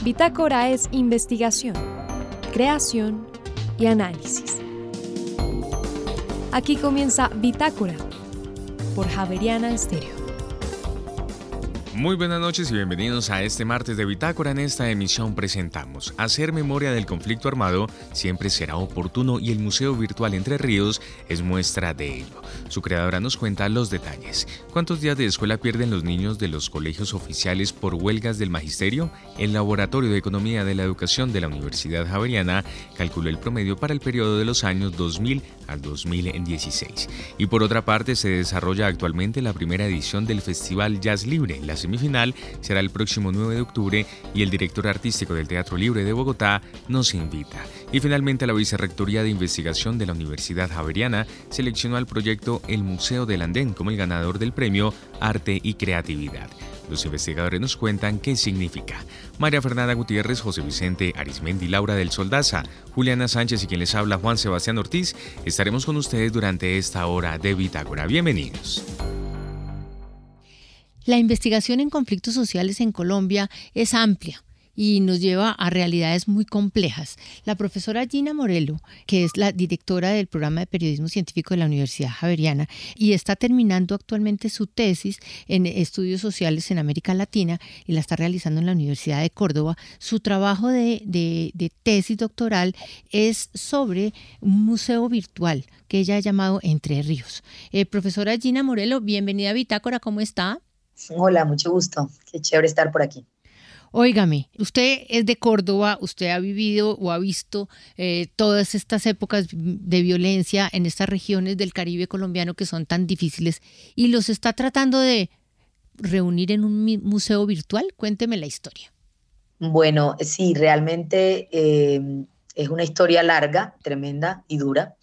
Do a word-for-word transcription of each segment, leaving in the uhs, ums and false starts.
Bitácora es investigación, creación y análisis. Aquí comienza Bitácora por Javeriana Estéreo. Muy buenas noches y bienvenidos a este martes de Bitácora. En esta emisión presentamos: hacer memoria del conflicto armado siempre será oportuno y el Museo Virtual Entre Ríos es muestra de ello. Su creadora nos cuenta los detalles. ¿Cuántos días de escuela pierden los niños de los colegios oficiales por huelgas del magisterio? El Laboratorio de Economía de la Educación de la Universidad Javeriana calculó el promedio para el periodo de los años dos mil al dos mil dieciséis. Y por otra parte, se desarrolla actualmente la primera edición del Festival Jazz Libre. La semifinal será el próximo nueve de octubre y el director artístico del Teatro Libre de Bogotá nos invita. Y finalmente, la Vicerrectoría de Investigación de la Universidad Javeriana seleccionó al proyecto El Museo del Andén como el ganador del premio Arte y Creatividad. Los investigadores nos cuentan qué significa. María Fernanda Gutiérrez, José Vicente Arismendi, Laura del Soldaza, Juliana Sánchez y quien les habla, Juan Sebastián Ortiz, estaremos con ustedes durante esta hora de Bitácora. Bienvenidos. La investigación en conflictos sociales en Colombia es amplia y nos lleva a realidades muy complejas. La profesora Gina Morelo, que es la directora del programa de periodismo científico de la Universidad Javeriana y está terminando actualmente su tesis en estudios sociales en América Latina y la está realizando en la Universidad de Córdoba. Su trabajo de, de, de tesis doctoral es sobre un museo virtual que ella ha llamado Entre Ríos. Eh, profesora Gina Morelo, bienvenida a Bitácora, ¿cómo está? Hola, mucho gusto. Qué chévere estar por aquí. Óigame, usted es de Córdoba, usted ha vivido o ha visto eh, todas estas épocas de violencia en estas regiones del Caribe colombiano que son tan difíciles y los está tratando de reunir en un museo virtual. Cuénteme la historia. Bueno, sí, realmente eh, es una historia larga, tremenda y dura.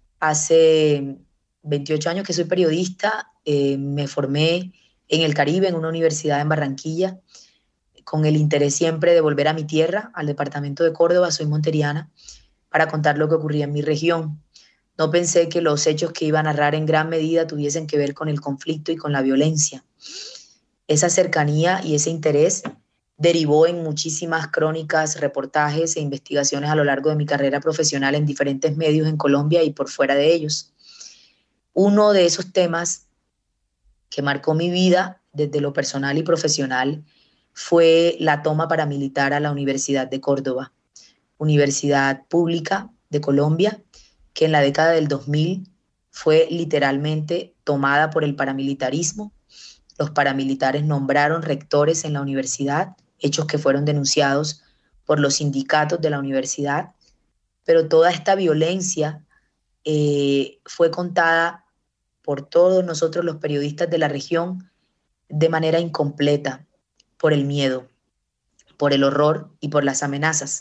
Hace veintiocho años que soy periodista, eh, me formé en el Caribe, en una universidad en Barranquilla, con el interés siempre de volver a mi tierra, al departamento de Córdoba. Soy monteriana, para contar lo que ocurría en mi región. No pensé que los hechos que iba a narrar en gran medida tuviesen que ver con el conflicto y con la violencia. Esa cercanía y ese interés derivó en muchísimas crónicas, reportajes e investigaciones a lo largo de mi carrera profesional en diferentes medios en Colombia y por fuera de ellos. Uno de esos temas que marcó mi vida desde lo personal y profesional fue la toma paramilitar a la Universidad de Córdoba, universidad pública de Colombia, que en la década del dos mil fue literalmente tomada por el paramilitarismo. Los paramilitares nombraron rectores en la universidad, hechos que fueron denunciados por los sindicatos de la universidad, pero toda esta violencia eh, fue contada por todos nosotros los periodistas de la región de manera incompleta, por el miedo, por el horror y por las amenazas.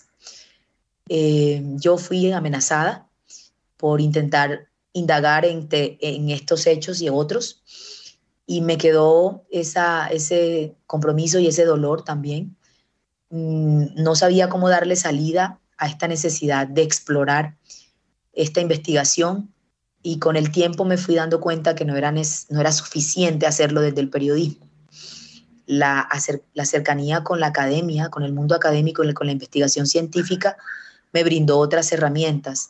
Eh, yo fui amenazada por intentar indagar en, te, en estos hechos y otros, y me quedó esa, ese compromiso y ese dolor también. Mm, no sabía cómo darle salida a esta necesidad de explorar esta investigación, y con el tiempo me fui dando cuenta que no era, no era suficiente hacerlo desde el periodismo. La, acer, la cercanía con la academia, con el mundo académico, con la investigación científica, me brindó otras herramientas.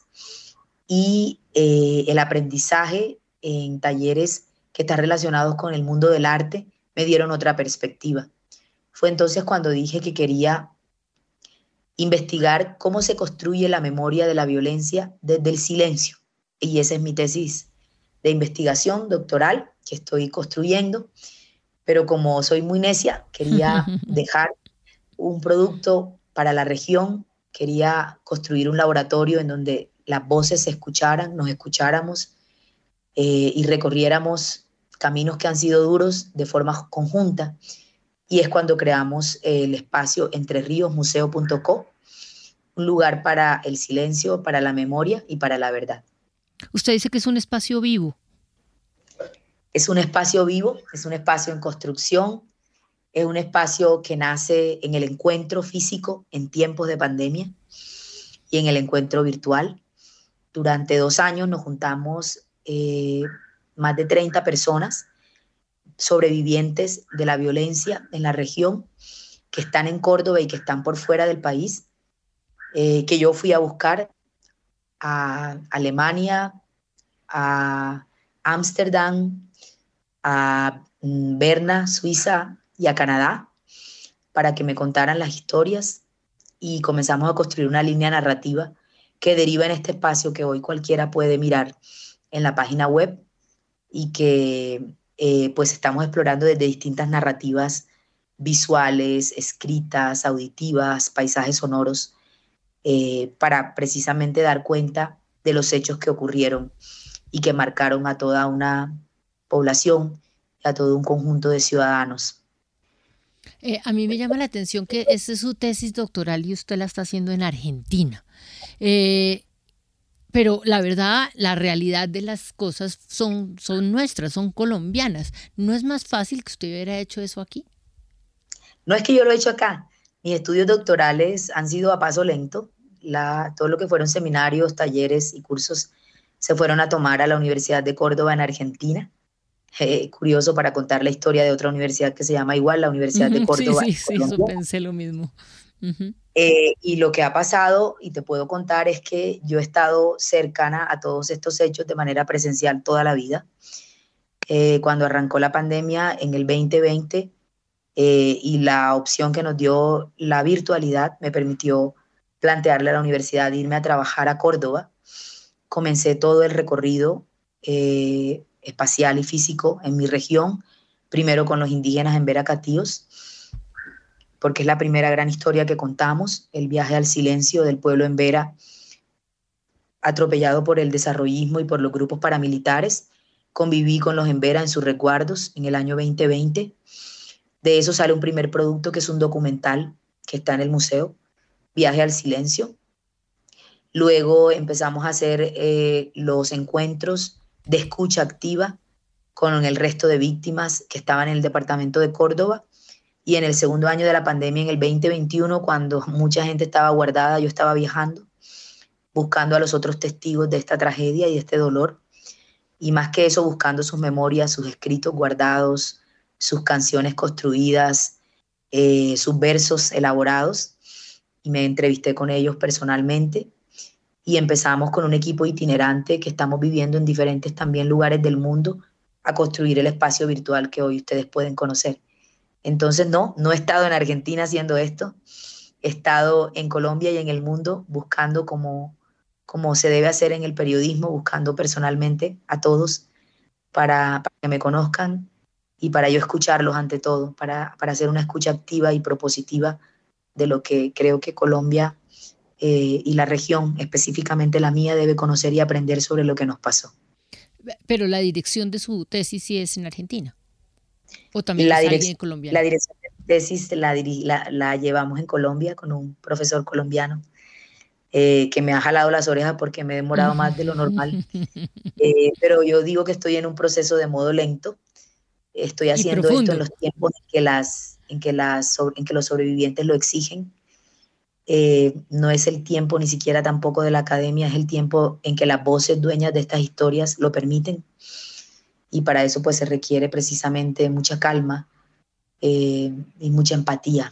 Y eh, el aprendizaje en talleres que están relacionados con el mundo del arte me dieron otra perspectiva. Fue entonces cuando dije que quería investigar cómo se construye la memoria de la violencia desde el silencio. Y esa es mi tesis de investigación doctoral que estoy construyendo. Pero como soy muy necia, quería dejar un producto para la región, quería construir un laboratorio en donde las voces se escucharan, nos escucháramos eh, y recorriéramos caminos que han sido duros de forma conjunta. Y es cuando creamos el espacio entre ríos museo punto co, un lugar para el silencio, para la memoria y para la verdad. Usted dice que es un espacio vivo. Es un espacio vivo, es un espacio en construcción, es un espacio que nace en el encuentro físico en tiempos de pandemia y en el encuentro virtual. Durante dos años nos juntamos eh, más de treinta personas sobrevivientes de la violencia en la región, que están en Córdoba y que están por fuera del país, eh, que yo fui a buscar a Alemania, a Ámsterdam, a Berna, Suiza y a Canadá, para que me contaran las historias, y comenzamos a construir una línea narrativa que deriva en este espacio que hoy cualquiera puede mirar en la página web, y que eh, pues estamos explorando desde distintas narrativas visuales, escritas, auditivas, paisajes sonoros, eh, para precisamente dar cuenta de los hechos que ocurrieron y que marcaron a toda una población y a todo un conjunto de ciudadanos. Eh, a mí me llama la atención que esta es su tesis doctoral y usted la está haciendo en Argentina. Eh, pero la verdad, la realidad de las cosas son, son nuestras, son colombianas. ¿No es más fácil que usted hubiera hecho eso aquí? No es que yo lo he hecho acá. Mis estudios doctorales han sido a paso lento. La, todo lo que fueron seminarios, talleres y cursos se fueron a tomar a la Universidad de Córdoba en Argentina. Eh, curioso, para contar la historia de otra universidad que se llama igual, la Universidad de Córdoba. Sí, sí, sí, eso pensé lo mismo. Uh-huh. Eh, y lo que ha pasado, y te puedo contar, es que yo he estado cercana a todos estos hechos de manera presencial toda la vida. Eh, cuando arrancó la pandemia en el veinte veinte, eh, y la opción que nos dio la virtualidad me permitió plantearle a la universidad irme a trabajar a Córdoba. Comencé todo el recorrido eh, espacial y físico en mi región, primero con los indígenas en Veracatíos, porque es la primera gran historia que contamos, el viaje al silencio del pueblo en Vera, atropellado por el desarrollismo y por los grupos paramilitares. Conviví con los en Vera en sus recuerdos en el año veinte veinte. De eso sale un primer producto, que es un documental que está en el museo, Viaje al Silencio. Luego empezamos a hacer eh, los encuentros de escucha activa con el resto de víctimas que estaban en el departamento de Córdoba. Y en el segundo año de la pandemia, en el veinte veintiuno, cuando mucha gente estaba guardada, yo estaba viajando, buscando a los otros testigos de esta tragedia y de este dolor. Y más que eso, buscando sus memorias, sus escritos guardados, sus canciones construidas, eh, sus versos elaborados. Y me entrevisté con ellos personalmente. Y empezamos con un equipo itinerante que estamos viviendo en diferentes también lugares del mundo a construir el espacio virtual que hoy ustedes pueden conocer. Entonces, no, no he estado en Argentina haciendo esto. He estado en Colombia y en el mundo buscando como, como se debe hacer en el periodismo, buscando personalmente a todos para, para que me conozcan y para yo escucharlos ante todo, para, para hacer una escucha activa y propositiva de lo que creo que Colombia eh, y la región, específicamente la mía, debe conocer y aprender sobre lo que nos pasó. Pero la dirección de su tesis sí es en Argentina. ¿O también la es alguien colombiano? La dirección de tesis la, la, la llevamos en Colombia con un profesor colombiano eh, que me ha jalado las orejas porque me he demorado más de lo normal. Eh, pero yo digo que estoy en un proceso de modo lento. Estoy haciendo esto en los tiempos en que, las, en que, las, en que los sobrevivientes lo exigen. Eh, no es el tiempo ni siquiera tampoco de la academia, es el tiempo en que las voces dueñas de estas historias lo permiten. Y para eso pues se requiere precisamente mucha calma eh, y mucha empatía.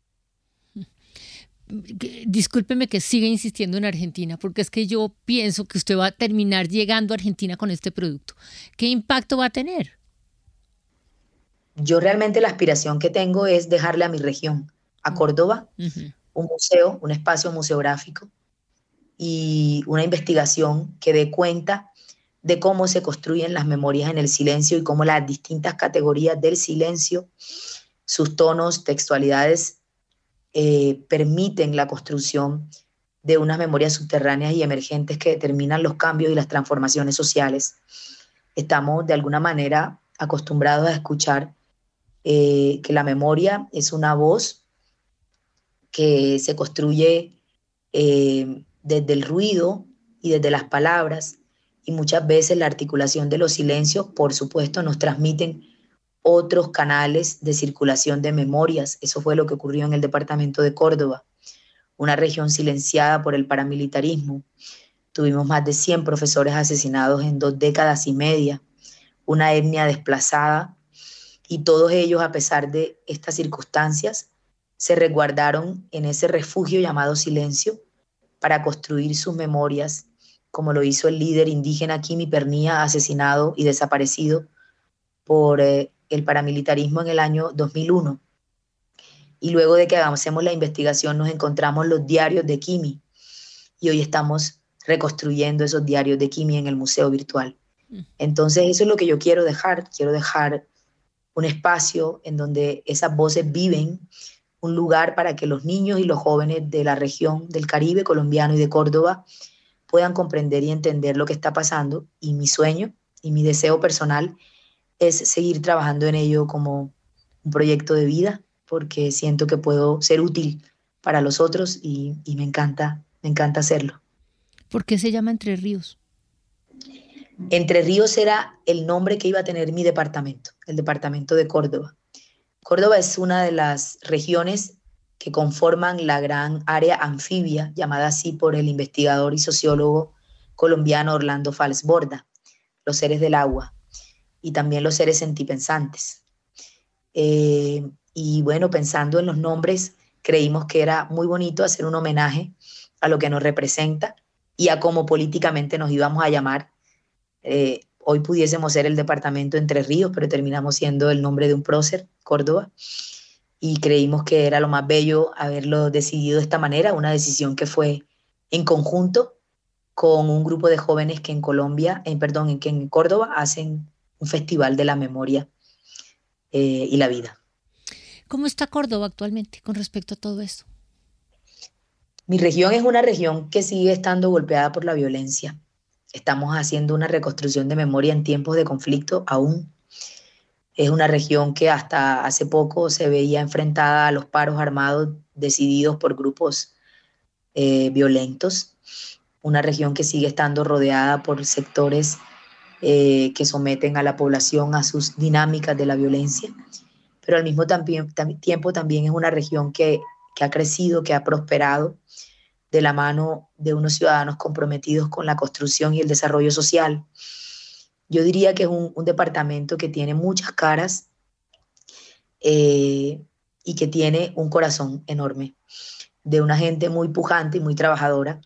Discúlpeme que siga insistiendo en Argentina, porque es que yo pienso que usted va a terminar llegando a Argentina con este producto. ¿Qué impacto va a tener? Yo realmente la aspiración que tengo es dejarle a mi región, a Córdoba, uh-huh. un museo, un espacio museográfico y una investigación que dé cuenta de cómo se construyen las memorias en el silencio y cómo las distintas categorías del silencio, sus tonos, textualidades, eh, permiten la construcción de unas memorias subterráneas y emergentes que determinan los cambios y las transformaciones sociales. Estamos de alguna manera acostumbrados a escuchar eh, que la memoria es una voz que se construye eh, desde el ruido y desde las palabras, y muchas veces la articulación de los silencios, por supuesto, nos transmiten otros canales de circulación de memorias. Eso fue lo que ocurrió en el departamento de Córdoba, una región silenciada por el paramilitarismo. Tuvimos más de cien profesores asesinados en dos décadas y media, una etnia desplazada, y todos ellos, a pesar de estas circunstancias, se resguardaron en ese refugio llamado silencio para construir sus memorias, como lo hizo el líder indígena Quimi Pernía, asesinado y desaparecido por eh, el paramilitarismo en el año dos mil uno. Y luego de que hagamos la investigación nos encontramos los diarios de Quimi y hoy estamos reconstruyendo esos diarios de Quimi en el museo virtual. Entonces eso es lo que yo quiero dejar, quiero dejar un espacio en donde esas voces viven, un lugar para que los niños y los jóvenes de la región del Caribe colombiano y de Córdoba puedan comprender y entender lo que está pasando, y mi sueño y mi deseo personal es seguir trabajando en ello como un proyecto de vida, porque siento que puedo ser útil para los otros y, y me encanta, me encanta hacerlo. ¿Por qué se llama Entre Ríos? Entre Ríos era el nombre que iba a tener mi departamento, el departamento de Córdoba. Córdoba es una de las regiones que conforman la gran área anfibia, llamada así por el investigador y sociólogo colombiano Orlando Fals Borda, los seres del agua y también los seres sentipensantes. Eh, y bueno, pensando en los nombres, creímos que era muy bonito hacer un homenaje a lo que nos representa y a cómo políticamente nos íbamos a llamar. Eh, hoy pudiésemos ser el departamento Entre Ríos, pero terminamos siendo el nombre de un prócer, Córdoba, y creímos que era lo más bello haberlo decidido de esta manera, una decisión que fue en conjunto con un grupo de jóvenes que en Colombia, eh, perdón, en que en Córdoba hacen un festival de la memoria eh, y la vida. ¿Cómo está Córdoba actualmente con respecto a todo esto? Mi región es una región que sigue estando golpeada por la violencia. Estamos haciendo una reconstrucción de memoria en tiempos de conflicto aún. Es una región que hasta hace poco se veía enfrentada a los paros armados decididos por grupos eh, violentos. Una región que sigue estando rodeada por sectores eh, que someten a la población a sus dinámicas de la violencia. Pero al mismo también, tam- tiempo también es una región que, que ha crecido, que ha prosperado de la mano de unos ciudadanos comprometidos con la construcción y el desarrollo social. Yo diría que es un, un departamento que tiene muchas caras eh, y que tiene un corazón enorme, de una gente muy pujante y muy trabajadora,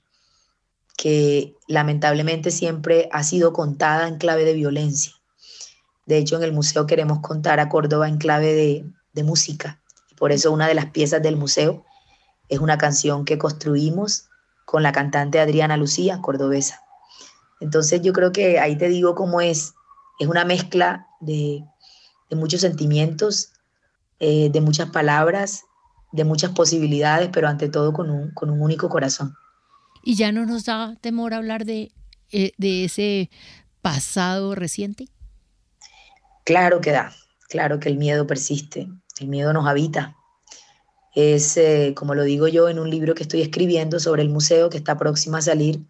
que lamentablemente siempre ha sido contada en clave de violencia. De hecho, en el museo queremos contar a Córdoba en clave de, de música. Por eso una de las piezas del museo es una canción que construimos con la cantante Adriana Lucía, cordobesa. Entonces yo creo que ahí te digo cómo es. Es una mezcla de, de muchos sentimientos, eh, de muchas palabras, de muchas posibilidades, pero ante todo con un, con un único corazón. ¿Y ya no nos da temor hablar de, eh, de ese pasado reciente? Claro que da, claro que el miedo persiste, el miedo nos habita. Es, eh, como lo digo yo en un libro que estoy escribiendo sobre el museo que está próximo a salir,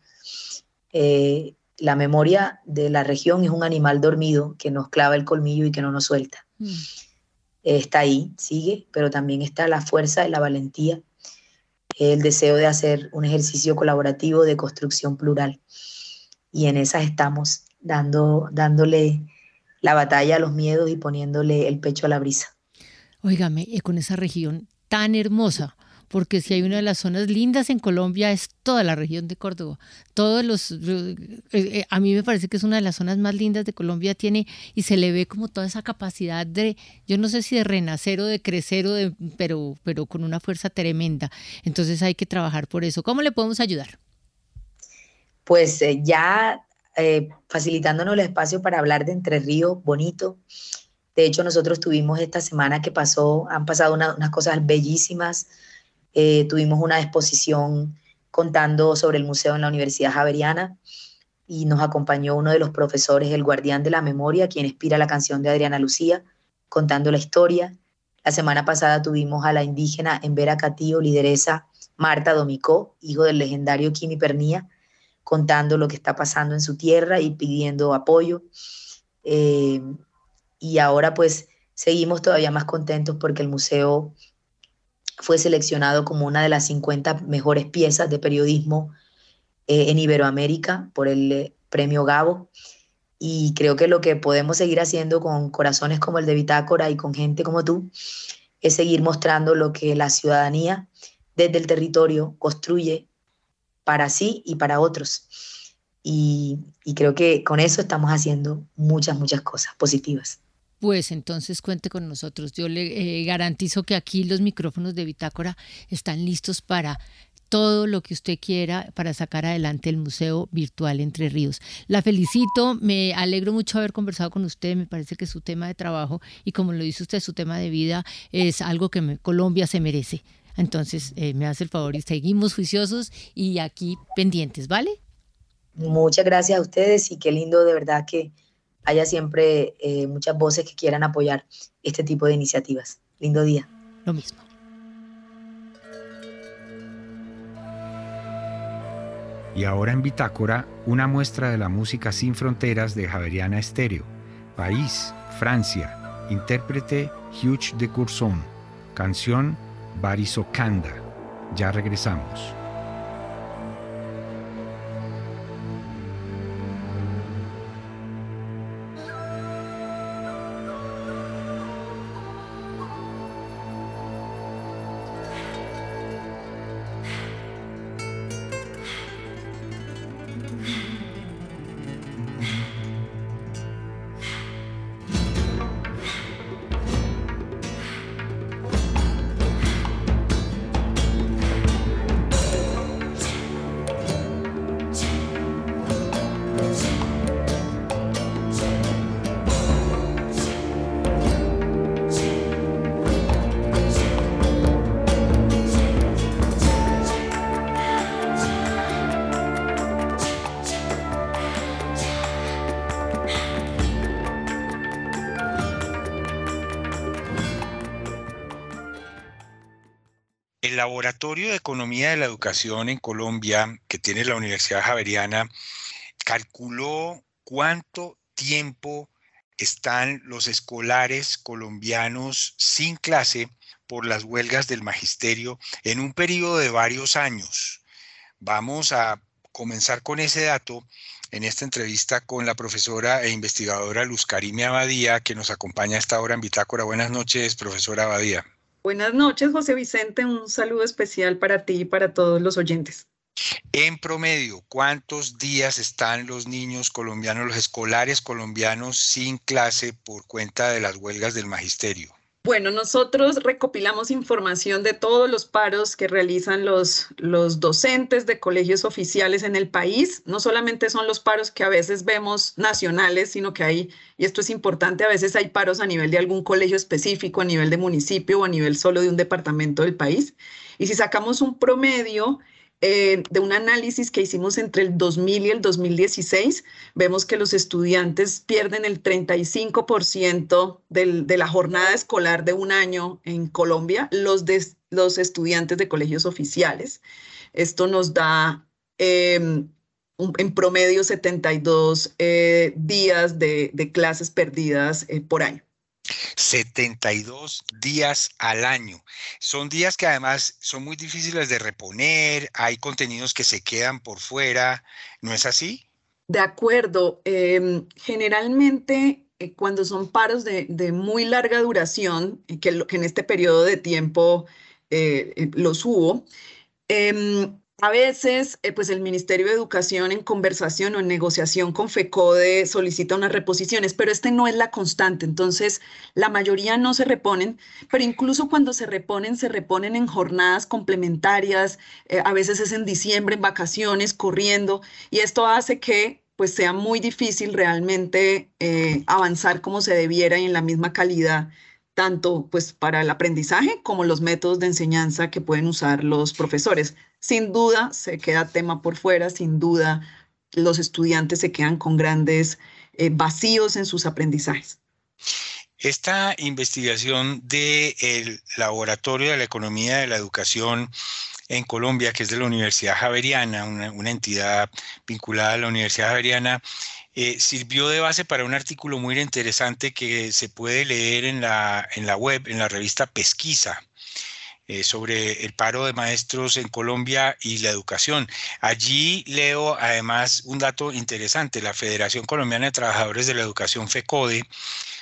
eh, la memoria de la región es un animal dormido que nos clava el colmillo y que no nos suelta. Mm. Eh, está ahí, sigue, pero también está la fuerza y la valentía, el deseo de hacer un ejercicio colaborativo de construcción plural. Y en esas estamos, dando, dándole la batalla a los miedos y poniéndole el pecho a la brisa. Óigame, eh, con esa región tan hermosa, porque si hay una de las zonas lindas en Colombia es toda la región de Córdoba. Todos los, eh, eh, a mí me parece que es una de las zonas más lindas de Colombia, tiene y se le ve como toda esa capacidad de, yo no sé si de renacer o de crecer, o de, pero, pero con una fuerza tremenda. Entonces hay que trabajar por eso. ¿Cómo le podemos ayudar? Pues eh, ya eh, facilitándonos el espacio para hablar de Entre Ríos, bonito. De hecho, nosotros tuvimos esta semana que pasó, han pasado una, unas cosas bellísimas. Eh, tuvimos una exposición contando sobre el museo en la Universidad Javeriana y nos acompañó uno de los profesores, el guardián de la memoria, quien inspira la canción de Adriana Lucía, contando la historia. La semana pasada tuvimos a la indígena en Vera Catío, lideresa Marta Domicó, hijo del legendario Quimi Pernía, contando lo que está pasando en su tierra y pidiendo apoyo. Eh, y ahora pues seguimos todavía más contentos porque el museo fue seleccionado como una de las cincuenta mejores piezas de periodismo eh, en Iberoamérica por el eh, premio Gabo. Y creo que lo que podemos seguir haciendo con corazones como el de Bitácora y con gente como tú es seguir mostrando lo que la ciudadanía desde el territorio construye para sí y para otros. Y, y creo que con eso estamos haciendo muchas, muchas cosas positivas. Pues entonces cuente con nosotros. Yo le eh, garantizo que aquí los micrófonos de Bitácora están listos para todo lo que usted quiera para sacar adelante el Museo Virtual Entre Ríos. La felicito, me alegro mucho haber conversado con usted, me parece que su tema de trabajo y como lo dice usted, su tema de vida es algo que me, Colombia se merece. Entonces eh, me hace el favor y seguimos juiciosos y aquí pendientes, ¿vale? Muchas gracias a ustedes y qué lindo de verdad que haya siempre eh, muchas voces que quieran apoyar este tipo de iniciativas. Lindo día. Lo mismo. Y ahora en Bitácora, una muestra de la música sin fronteras de Javeriana Estéreo. País, Francia. Intérprete, Hugh de Courson. Canción, Barisokanda. Ya regresamos. El Laboratorio de Economía de la Educación en Colombia, que tiene la Universidad Javeriana, calculó cuánto tiempo están los escolares colombianos sin clase por las huelgas del magisterio en un periodo de varios años. Vamos a comenzar con ese dato en esta entrevista con la profesora e investigadora Luz Karime Abadía, que nos acompaña a esta hora en Bitácora. Buenas noches, profesora Abadía. Buenas noches, José Vicente. Un saludo especial para ti y para todos los oyentes. En promedio, ¿cuántos días están los niños colombianos, los escolares colombianos sin clase por cuenta de las huelgas del magisterio? Bueno, nosotros recopilamos información de todos los paros que realizan los, los docentes de colegios oficiales en el país. No solamente son los paros que a veces vemos nacionales, sino que hay, y esto es importante, a veces hay paros a nivel de algún colegio específico, a nivel de municipio o a nivel solo de un departamento del país. Y si sacamos un promedio Eh, de un análisis que hicimos entre el dos mil y el dos mil dieciséis, vemos que los estudiantes pierden el treinta y cinco por ciento del, de la jornada escolar de un año en Colombia, los, de, los estudiantes de colegios oficiales. Esto nos da eh, un, en promedio setenta y dos eh, días de, de clases perdidas eh, por año. setenta y dos días al año. Son días que además son muy difíciles de reponer, hay contenidos que se quedan por fuera, ¿no es así? De acuerdo. Eh, generalmente eh, cuando son paros de, de muy larga duración, eh, que, lo, que en este periodo de tiempo eh, eh, los hubo, eh, a veces, eh, pues el Ministerio de Educación en conversación o en negociación con FECODE solicita unas reposiciones, pero este no es la constante, entonces la mayoría no se reponen, pero incluso cuando se reponen, se reponen en jornadas complementarias, eh, a veces es en diciembre, en vacaciones, corriendo, y esto hace que pues sea muy difícil realmente eh, avanzar como se debiera y en la misma calidad, tanto pues para el aprendizaje como los métodos de enseñanza que pueden usar los profesores. Sin duda se queda tema por fuera, sin duda los estudiantes se quedan con grandes eh, vacíos en sus aprendizajes. Esta investigación del Laboratorio de la Economía de la Educación en Colombia, que es de la Universidad Javeriana, una, una entidad vinculada a la Universidad Javeriana, eh, sirvió de base para un artículo muy interesante que se puede leer en la, en la web, en la revista Pesquisa, eh, sobre el paro de maestros en Colombia y la educación. Allí leo además un dato interesante. La Federación Colombiana de Trabajadores de la Educación, FECODE,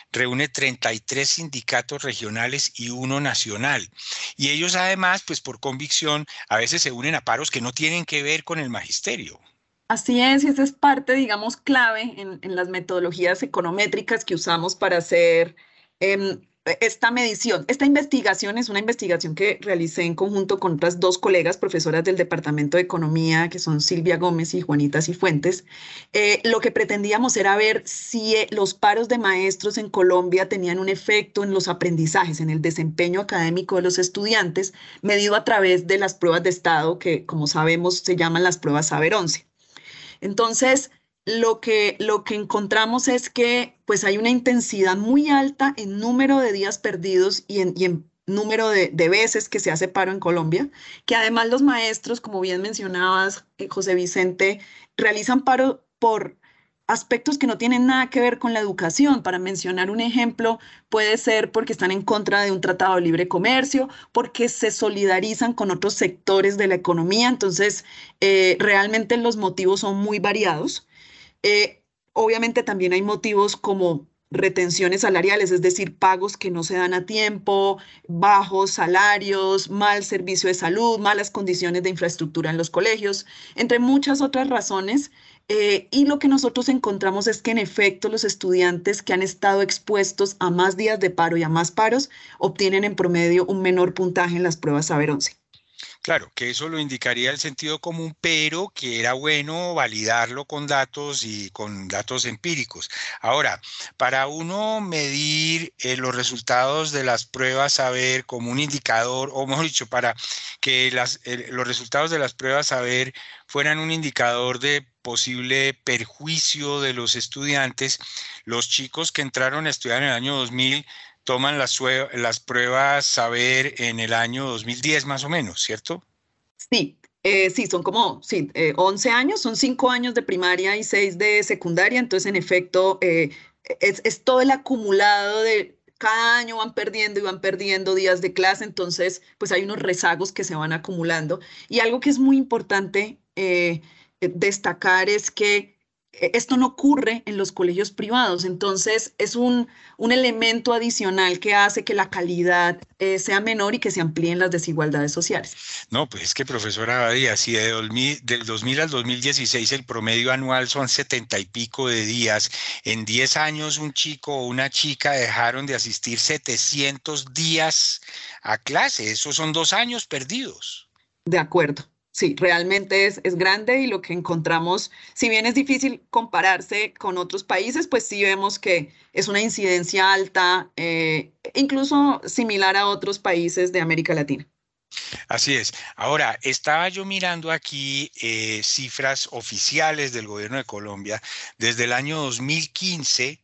reúne treinta y tres sindicatos regionales y uno nacional. Y ellos además, pues por convicción, a veces se unen a paros que no tienen que ver con el magisterio. Así es, y esa es parte, digamos, clave en, en las metodologías econométricas que usamos para hacer eh, esta medición. Esta investigación es una investigación que realicé en conjunto con otras dos colegas profesoras del Departamento de Economía, que son Silvia Gómez y Juanita Cifuentes. Eh, lo que pretendíamos era ver si eh, los paros de maestros en Colombia tenían un efecto en los aprendizajes, en el desempeño académico de los estudiantes, medido a través de las pruebas de estado que, como sabemos, se llaman las pruebas Saber once. Entonces, lo que, lo que encontramos es que pues, hay una intensidad muy alta en número de días perdidos y en, y en número de, de veces que se hace paro en Colombia, que además los maestros, como bien mencionabas, eh, José Vicente, realizan paro por aspectos que no tienen nada que ver con la educación. Para mencionar un ejemplo, puede ser porque están en contra de un tratado de libre comercio, porque se solidarizan con otros sectores de la economía. Entonces, eh, realmente los motivos son muy variados. Eh, obviamente también hay motivos como retenciones salariales, es decir, pagos que no se dan a tiempo, bajos salarios, mal servicio de salud, malas condiciones de infraestructura en los colegios, entre muchas otras razones. Eh, y lo que nosotros encontramos es que en efecto los estudiantes que han estado expuestos a más días de paro y a más paros obtienen en promedio un menor puntaje en las pruebas Saber once. Claro, que eso lo indicaría el sentido común, pero que era bueno validarlo con datos y con datos empíricos. Ahora, para uno medir eh, los resultados de las pruebas Saber como un indicador, o mejor dicho, para que las, eh, los resultados de las pruebas Saber fueran un indicador de posible perjuicio de los estudiantes, los chicos que entraron a estudiar en el año dos mil toman las, las pruebas Saber en el año dos mil diez más o menos, ¿cierto? Sí, eh, sí, son como sí, eh, once años, son cinco años de primaria y seis de secundaria, entonces en efecto eh, es, es todo el acumulado de cada año van perdiendo y van perdiendo días de clase, entonces pues hay unos rezagos que se van acumulando. Y algo que es muy importante eh, destacar es que esto no ocurre en los colegios privados, entonces es un, un elemento adicional que hace que la calidad eh, sea menor y que se amplíen las desigualdades sociales. No, pues es que, profesora Abadía, si de dos mil, del dos mil al dos mil dieciséis el promedio anual son setenta y pico de días, en diez años un chico o una chica dejaron de asistir setecientos días a clase, esos son dos años perdidos. De acuerdo. Sí, realmente es, es grande y lo que encontramos, si bien es difícil compararse con otros países, pues sí vemos que es una incidencia alta, eh, incluso similar a otros países de América Latina. Así es. Ahora, estaba yo mirando aquí eh, cifras oficiales del gobierno de Colombia. Desde el año dos mil quince,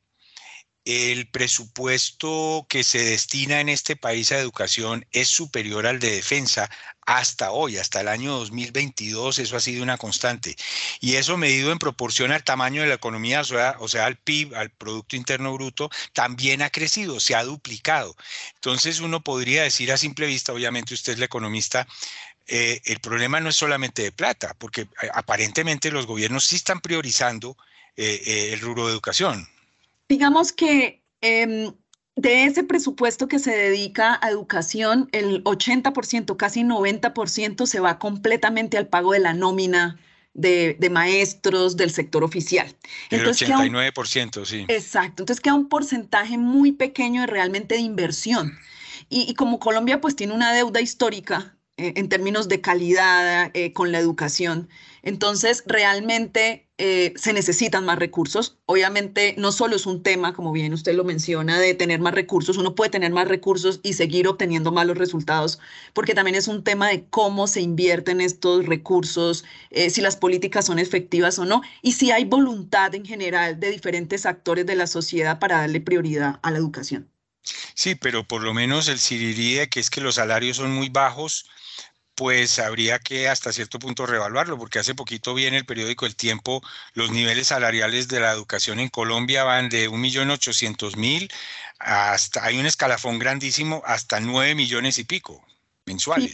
el presupuesto que se destina en este país a educación es superior al de defensa hasta hoy, hasta el año dos mil veintidós, eso ha sido una constante. Y eso medido en proporción al tamaño de la economía, o sea, o sea, al P I B, al Producto Interno Bruto, también ha crecido, se ha duplicado. Entonces uno podría decir a simple vista, obviamente usted es la economista, eh, el problema no es solamente de plata, porque eh, aparentemente los gobiernos sí están priorizando eh, eh, el rubro de educación. Digamos que eh, de ese presupuesto que se dedica a educación, el ochenta por ciento, casi noventa por ciento se va completamente al pago de la nómina de, de maestros del sector oficial. El Entonces, ochenta y nueve por ciento, un, sí. Exacto, entonces queda un porcentaje muy pequeño de realmente de inversión. Y, y como Colombia pues tiene una deuda histórica eh, en términos de calidad eh, con la educación, entonces realmente eh, se necesitan más recursos. Obviamente no solo es un tema, como bien usted lo menciona, de tener más recursos, uno puede tener más recursos y seguir obteniendo malos resultados, porque también es un tema de cómo se invierten estos recursos, eh, si las políticas son efectivas o no, y si hay voluntad en general de diferentes actores de la sociedad para darle prioridad a la educación. Sí, pero por lo menos el sirirí de que es que los salarios son muy bajos, pues habría que hasta cierto punto reevaluarlo, porque hace poquito vi en el periódico El Tiempo los niveles salariales de la educación en Colombia van de un millón ochocientos mil hasta, hay un escalafón grandísimo, hasta nueve millones y pico mensuales. Sí, pero,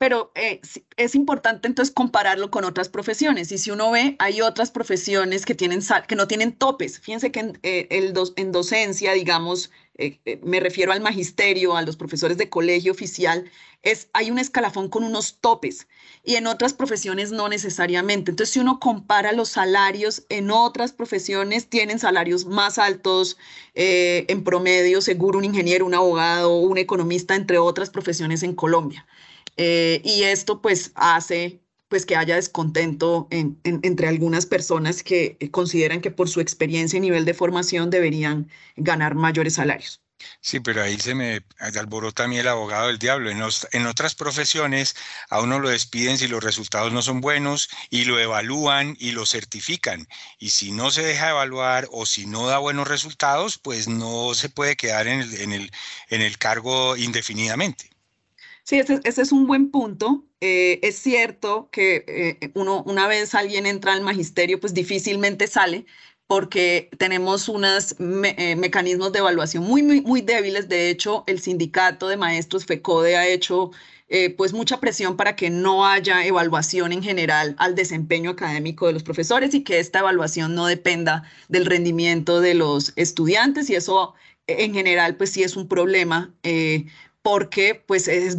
pero eh, es importante entonces compararlo con otras profesiones. Y si uno ve, hay otras profesiones que, tienen, que no tienen topes. Fíjense que en, eh, el do, en docencia, digamos, eh, eh, me refiero al magisterio, a los profesores de colegio oficial, es, hay un escalafón con unos topes. Y en otras profesiones no necesariamente. Entonces, si uno compara los salarios en otras profesiones, tienen salarios más altos eh, en promedio, seguro un ingeniero, un abogado, un economista, entre otras profesiones en Colombia. Eh, y esto pues hace pues, que haya descontento en, en, entre algunas personas que consideran que por su experiencia y nivel de formación deberían ganar mayores salarios. Sí, pero ahí se me alborota a mí el abogado del diablo. En, los, en otras profesiones a uno lo despiden si los resultados no son buenos y lo evalúan y lo certifican. Y si no se deja evaluar o si no da buenos resultados, pues no se puede quedar en el, en el, en el cargo indefinidamente. Sí, ese, ese es un buen punto. Eh, es cierto que eh, uno, una vez alguien entra al magisterio, pues difícilmente sale porque tenemos unos me, eh, mecanismos de evaluación muy, muy, muy débiles. De hecho, el sindicato de maestros, FECODE, ha hecho eh, pues mucha presión para que no haya evaluación en general al desempeño académico de los profesores y que esta evaluación no dependa del rendimiento de los estudiantes. Y eso en general pues sí es un problema. Eh, porque pues es,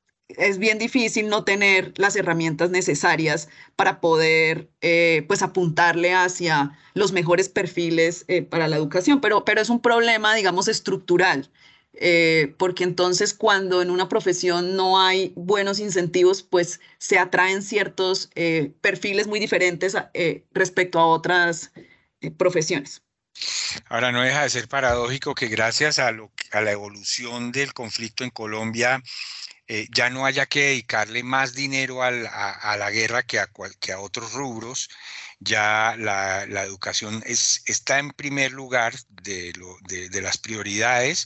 es bien difícil no tener las herramientas necesarias para poder eh, pues apuntarle hacia los mejores perfiles eh, para la educación, pero, pero es un problema, digamos, estructural, eh, porque entonces cuando en una profesión no hay buenos incentivos, pues se atraen ciertos eh, perfiles muy diferentes eh, respecto a otras eh, profesiones. Ahora, no deja de ser paradójico que gracias a, lo, a la evolución del conflicto en Colombia eh, ya no haya que dedicarle más dinero al, a, a la guerra que a, cual, que a otros rubros. Ya la, la educación es, está en primer lugar de, lo, de, de las prioridades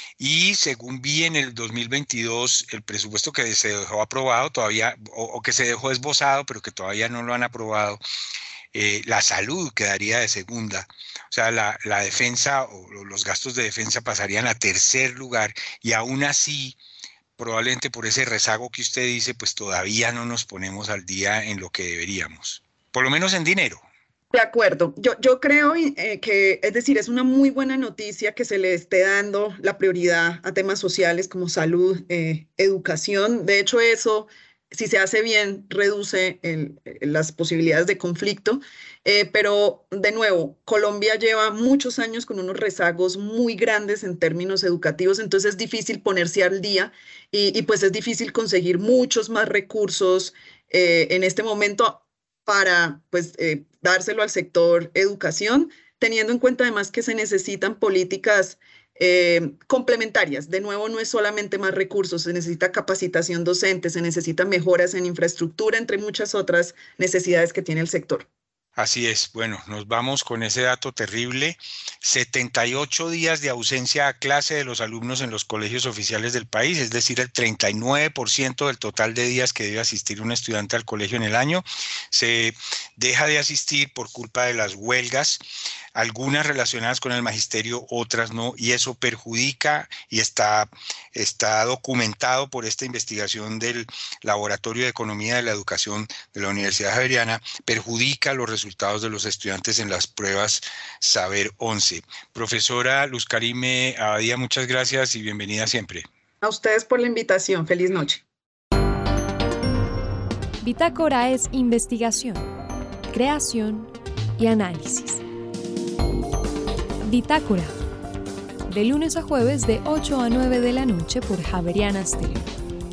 y según vi en el dos mil veintidós, el presupuesto que se dejó aprobado todavía, o, o que se dejó esbozado, pero que todavía no lo han aprobado, Eh, la salud quedaría de segunda, o sea, la, la defensa o los gastos de defensa pasarían a tercer lugar y aún así, probablemente por ese rezago que usted dice, pues todavía no nos ponemos al día en lo que deberíamos, por lo menos en dinero. De acuerdo, yo, yo creo eh, que, es decir, es una muy buena noticia que se le esté dando la prioridad a temas sociales como salud, eh, educación. De hecho, eso, si se hace bien, reduce el, las posibilidades de conflicto. Eh, pero, de nuevo, Colombia lleva muchos años con unos rezagos muy grandes en términos educativos, entonces es difícil ponerse al día y, y pues es difícil conseguir muchos más recursos eh, en este momento para pues, eh, dárselo al sector educación, teniendo en cuenta además que se necesitan políticas eh, complementarias. De nuevo, no es solamente más recursos, se necesita capacitación docente, se necesitan mejoras en infraestructura, entre muchas otras necesidades que tiene el sector. Así es. Bueno, nos vamos con ese dato terrible. setenta y ocho días de ausencia a clase de los alumnos en los colegios oficiales del país, es decir, el treinta y nueve por ciento del total de días que debe asistir un estudiante al colegio en el año. Se deja de asistir por culpa de las huelgas, algunas relacionadas con el magisterio, otras no, y eso perjudica y está, está documentado por esta investigación del Laboratorio de Economía de la Educación de la Universidad Javeriana, perjudica los resultados de los estudiantes en las pruebas Saber once. Profesora Luz Karime Abadía, muchas gracias y bienvenida siempre. A ustedes por la invitación. Feliz noche. Bitácora es investigación, creación y análisis. Bitácora, de lunes a jueves de ocho a nueve de la noche por Javeriana Estéreo.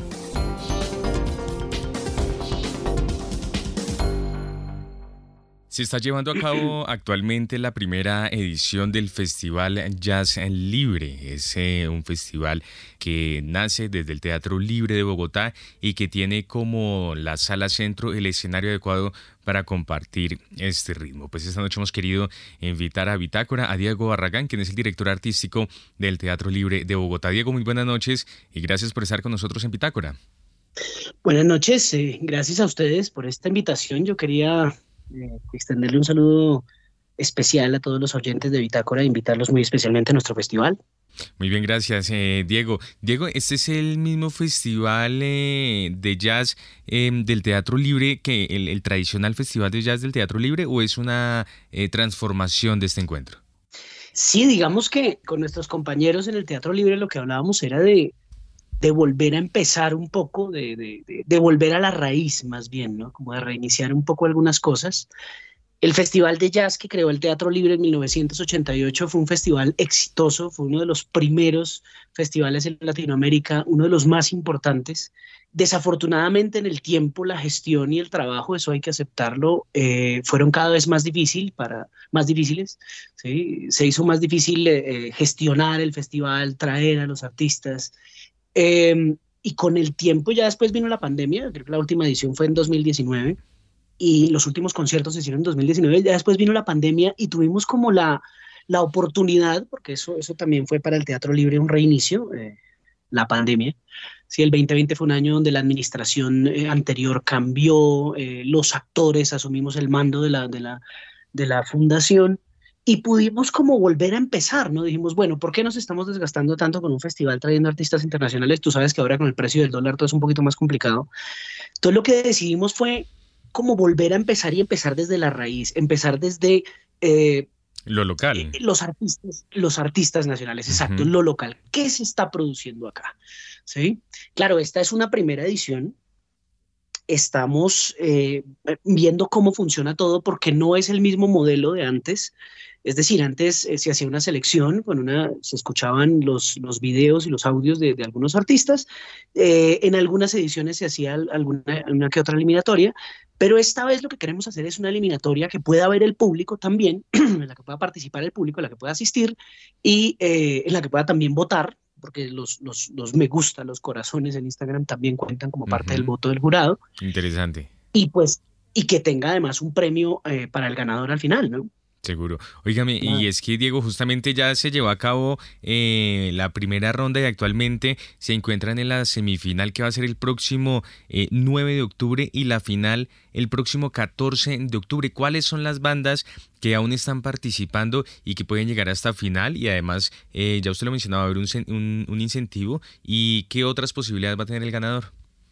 Se está llevando a cabo actualmente la primera edición del Festival Jazz Libre. Es eh, un festival que nace desde el Teatro Libre de Bogotá y que tiene como la sala centro el escenario adecuado para compartir este ritmo. Pues esta noche hemos querido invitar a Bitácora a Diego Barragán, quien es el director artístico del Teatro Libre de Bogotá. Diego, muy buenas noches y gracias por estar con nosotros en Bitácora. Buenas noches, eh, gracias a ustedes por esta invitación. Yo quería Eh, extenderle un saludo especial a todos los oyentes de Bitácora, invitarlos muy especialmente a nuestro festival. Muy bien, gracias, eh, Diego. Diego, ¿este es el mismo festival eh, de jazz eh, del Teatro Libre que el, el tradicional festival de jazz del Teatro Libre, o es una eh, transformación de este encuentro? Sí, digamos que con nuestros compañeros en el Teatro Libre lo que hablábamos era de, de volver a empezar un poco, de, de, de, de volver a la raíz más bien, ¿no? Como de reiniciar un poco algunas cosas. El Festival de Jazz que creó el Teatro Libre en mil novecientos ochenta y ocho fue un festival exitoso, fue uno de los primeros festivales en Latinoamérica, uno de los más importantes. Desafortunadamente en el tiempo, la gestión y el trabajo, eso hay que aceptarlo, eh, fueron cada vez más, difícil para, más difíciles. ¿Sí? Se hizo más difícil eh, gestionar el festival, traer a los artistas. Eh, y con el tiempo ya después vino la pandemia, creo que la última edición fue en dos mil diecinueve. Y los últimos conciertos se hicieron en dos mil diecinueve, ya después vino la pandemia y tuvimos como la, la oportunidad, porque eso, eso también fue para el Teatro Libre un reinicio, eh, la pandemia. Sí, el veinte veinte fue un año donde la administración eh, anterior cambió, eh, los actores asumimos el mando de la, de, la, de la fundación y pudimos como volver a empezar, ¿no? Dijimos, bueno, ¿por qué nos estamos desgastando tanto con un festival trayendo artistas internacionales? Tú sabes que ahora con el precio del dólar todo es un poquito más complicado. Entonces lo que decidimos fue como volver a empezar y empezar desde la raíz, empezar desde eh, lo local. Eh, los artistas, los artistas nacionales, exacto, uh-huh. Lo local. ¿Qué se está produciendo acá? ¿Sí? Claro, esta es una primera edición. Estamos eh, viendo cómo funciona todo porque no es el mismo modelo de antes. Es decir, antes eh, se hacía una selección, con una, se escuchaban los, los videos y los audios de, de algunos artistas. Eh, en algunas ediciones se hacía alguna, alguna que otra eliminatoria, pero esta vez lo que queremos hacer es una eliminatoria que pueda ver el público también, en la que pueda participar el público, en la que pueda asistir y eh, en la que pueda también votar, porque los, los, los me gusta, los corazones en Instagram también cuentan como parte uh-huh. del voto del jurado. Interesante. Y pues, y que tenga además un premio eh, para el ganador al final, ¿no? Seguro. Óigame, y es que, Diego, justamente ya se llevó a cabo eh, la primera ronda y actualmente se encuentran en la semifinal que va a ser el próximo eh, nueve de octubre y la final el próximo catorce de octubre. ¿Cuáles son las bandas que aún están participando y que pueden llegar a esta final? Y además, eh, ya usted lo mencionaba, va a haber un, un, un incentivo. ¿Y qué otras posibilidades va a tener el ganador?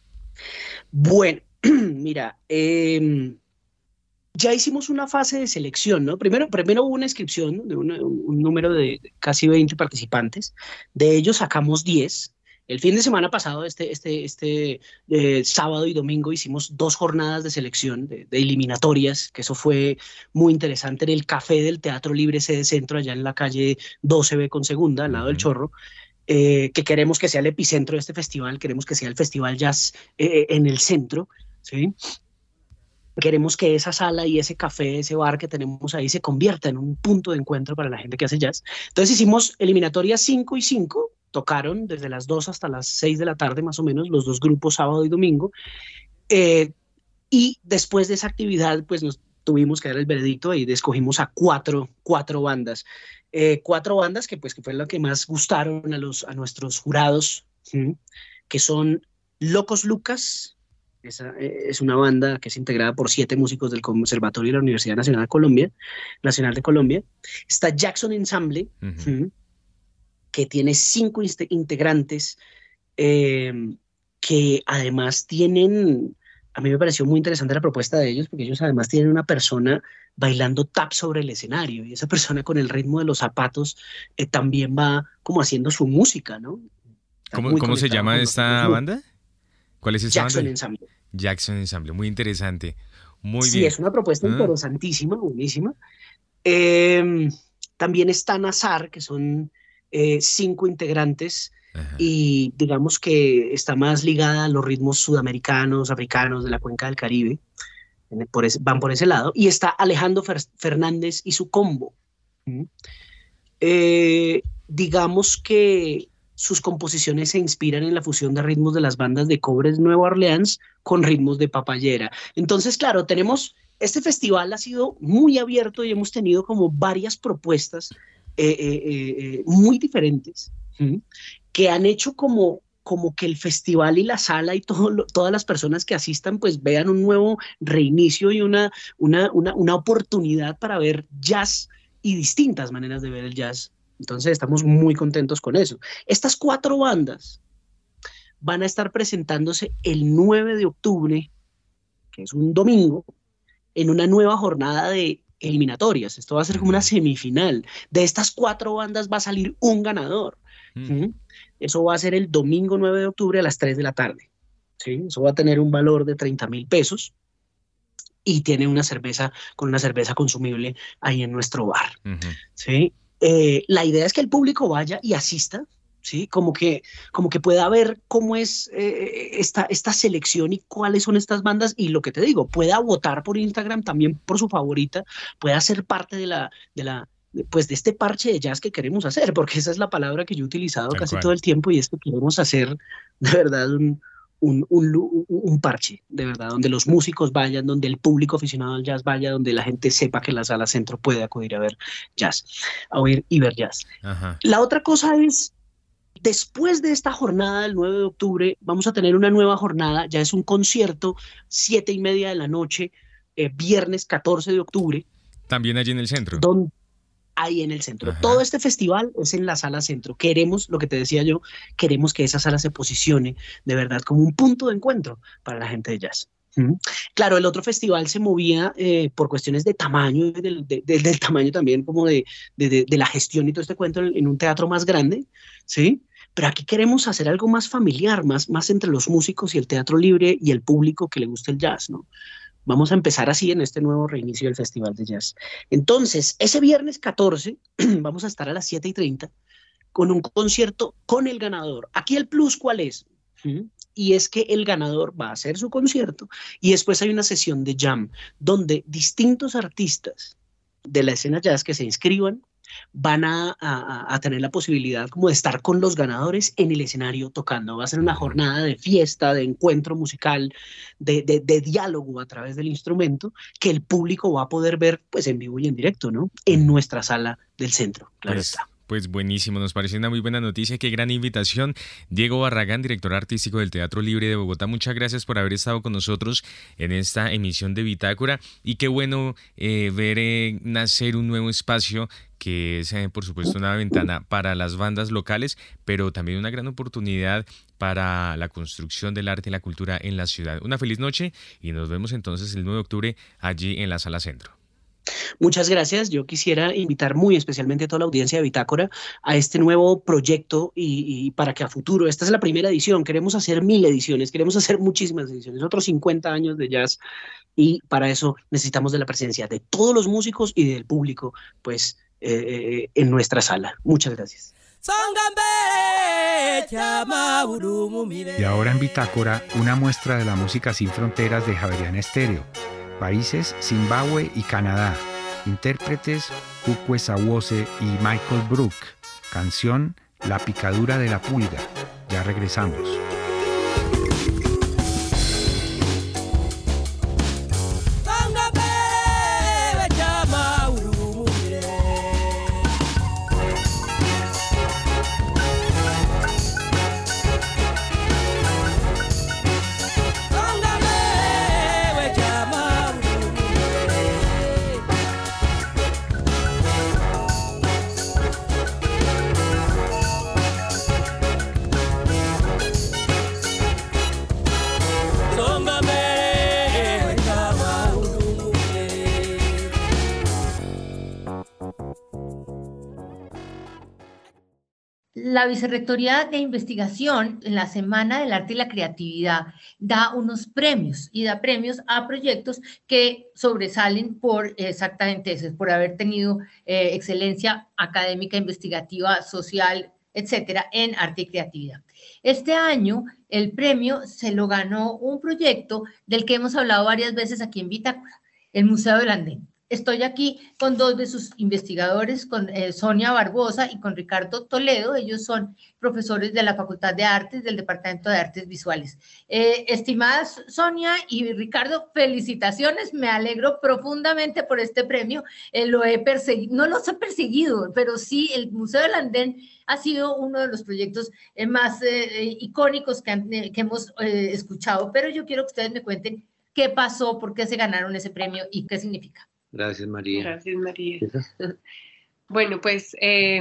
Bueno, mira, eh... ya hicimos una fase de selección, ¿no? Primero, primero hubo una inscripción de una, un número de casi veinte participantes. De ellos sacamos diez. El fin de semana pasado, este, este, este eh, sábado y domingo, hicimos dos jornadas de selección, de, de eliminatorias, que eso fue muy interesante en el café del Teatro Libre Sede Centro, allá en la calle doce B con Segunda, al lado uh-huh. del Chorro. Eh, que queremos que sea el epicentro de este festival, queremos que sea el Festival Jazz eh, en el centro, ¿sí? Queremos que esa sala y ese café, ese bar que tenemos ahí se convierta en un punto de encuentro para la gente que hace jazz. Entonces hicimos eliminatorias cinco y cinco, tocaron desde las dos hasta las seis de la tarde más o menos, los dos grupos sábado y domingo. Eh, y después de esa actividad, pues nos tuvimos que dar el veredicto y escogimos a cuatro, cuatro bandas. Eh, cuatro bandas que, pues, que fue lo que más gustaron a, los, a nuestros jurados, ¿sí? Que son Locos Lucas. Esa es una banda que es integrada por siete músicos del Conservatorio de la Universidad Nacional de Colombia, Nacional de Colombia. Está Jackson Ensemble, uh-huh. que tiene cinco integrantes eh, que además tienen, a mí me pareció muy interesante la propuesta de ellos, porque ellos además tienen una persona bailando tap sobre el escenario, y esa persona con el ritmo de los zapatos eh, también va como haciendo su música, ¿no? ¿Cómo, ¿cómo se llama esta banda? ¿Cuál es esta Jackson banda? Ensemble. Jackson Ensemble, muy interesante. Muy sí, bien. es una propuesta ah. interesantísima, buenísima. Eh, también está Nazar, que son eh, cinco integrantes, ajá. Y digamos que está más ligada a los ritmos sudamericanos, africanos, de la cuenca del Caribe. Por ese, van por ese lado. Y está Alejandro Fer- Fernández y su combo. ¿Mm? Eh, digamos que sus composiciones se inspiran en la fusión de ritmos de las bandas de Cobres Nueva Orleans con ritmos de papayera. Entonces, claro, tenemos, este festival ha sido muy abierto y hemos tenido como varias propuestas eh, eh, eh, muy diferentes, ¿sí? Que han hecho como como que el festival y la sala y todo lo, todas las personas que asistan pues vean un nuevo reinicio y una, una, una, una oportunidad para ver jazz y distintas maneras de ver el jazz. Entonces estamos muy contentos con eso. Estas cuatro bandas van a estar presentándose el nueve de octubre, que es un domingo, en una nueva jornada de eliminatorias. Esto va a ser como una semifinal. De estas cuatro bandas va a salir un ganador. Mm. ¿Mm? Eso va a ser el domingo nueve de octubre a las tres de la tarde. ¿Sí? Eso va a tener un valor de treinta mil pesos y tiene una cerveza con una cerveza consumible ahí en nuestro bar. Uh-huh. ¿Sí? Eh, la idea es que el público vaya y asista, ¿sí? Como que, como que pueda ver cómo es eh, esta, esta selección y cuáles son estas bandas, y lo que te digo, pueda votar por Instagram también por su favorita, pueda ser parte de la, de la, pues de este parche de jazz que queremos hacer, porque esa es la palabra que yo he utilizado Tal casi cual. todo el tiempo, y es que queremos hacer de verdad un, un, un, un parche, de verdad, donde los músicos vayan, donde el público aficionado al jazz vaya, donde la gente sepa que la Sala Centro puede acudir a ver jazz, a oír y ver jazz. Ajá. La otra cosa es, después de esta jornada del nueve de octubre, vamos a tener una nueva jornada, ya es un concierto, siete y media de la noche, eh, viernes catorce de octubre. También allí en el centro. Donde, ahí en el centro. Ajá. Todo este festival es en la Sala Centro. Queremos, lo que te decía yo, queremos que esa sala se posicione de verdad como un punto de encuentro para la gente de jazz. ¿Mm? Claro, el otro festival se movía eh, por cuestiones de tamaño, del, de, de, del tamaño también como de, de, de, de la gestión y todo este cuento en, en un teatro más grande, ¿sí? Pero aquí queremos hacer algo más familiar, más, más entre los músicos y el teatro libre y el público que le gusta el jazz, ¿no? Vamos a empezar así en este nuevo reinicio del Festival de Jazz. Entonces, ese viernes catorce vamos a estar a las siete y treinta con un concierto con el ganador. Aquí el plus, ¿cuál es? ¿Mm? Y es que el ganador va a hacer su concierto y después hay una sesión de jam donde distintos artistas de la escena jazz que se inscriban van a, a, a tener la posibilidad como de estar con los ganadores en el escenario tocando. Va a ser una jornada de fiesta, de encuentro musical, de, de, de diálogo a través del instrumento que el público va a poder ver pues en vivo y en directo, ¿no? En nuestra sala del centro, claro pues, está. Pues buenísimo, nos parece una muy buena noticia, qué gran invitación. Diego Barragán, director artístico del Teatro Libre de Bogotá, muchas gracias por haber estado con nosotros en esta emisión de Bitácora y qué bueno eh, ver eh, nacer un nuevo espacio que es, eh, por supuesto, una ventana para las bandas locales, pero también una gran oportunidad para la construcción del arte y la cultura en la ciudad. Una feliz noche y nos vemos entonces el nueve de octubre allí en la Sala Centro. Muchas gracias. Yo quisiera invitar muy especialmente a toda la audiencia de Bitácora a este nuevo proyecto y, y para que a futuro, esta es la primera edición, queremos hacer mil ediciones, queremos hacer muchísimas ediciones, otros cincuenta años de jazz, y para eso necesitamos de la presencia de todos los músicos y del público pues eh, en nuestra sala. Muchas gracias. Y ahora en Bitácora, una muestra de la música sin fronteras de Javeriana Estéreo. Países Zimbabue y Canadá. Intérpretes Kukwe Sawose y Michael Brook. Canción La picadura de la pulga. Ya regresamos. La Vicerrectoría de Investigación, en la Semana del Arte y la Creatividad, da unos premios y da premios a proyectos que sobresalen por exactamente eso, por haber tenido eh, excelencia académica, investigativa, social, etcétera, en arte y creatividad. Este año el premio se lo ganó un proyecto del que hemos hablado varias veces aquí en Bitácora, el Museo del Andén. estoy aquí con dos de sus investigadores, con eh, Sonia Barbosa y con Ricardo Toledo. Ellos son profesores de la Facultad de Artes del Departamento de Artes Visuales. Eh, estimadas Sonia y Ricardo, felicitaciones, me alegro profundamente por este premio. Eh, lo he perseguido, no los he perseguido, pero sí el Museo del Andén ha sido uno de los proyectos eh, más eh, icónicos que, han, eh, que hemos eh, escuchado, pero yo quiero que ustedes me cuenten qué pasó, por qué se ganaron ese premio y qué significa. Gracias, María. Gracias, María. Bueno, pues eh,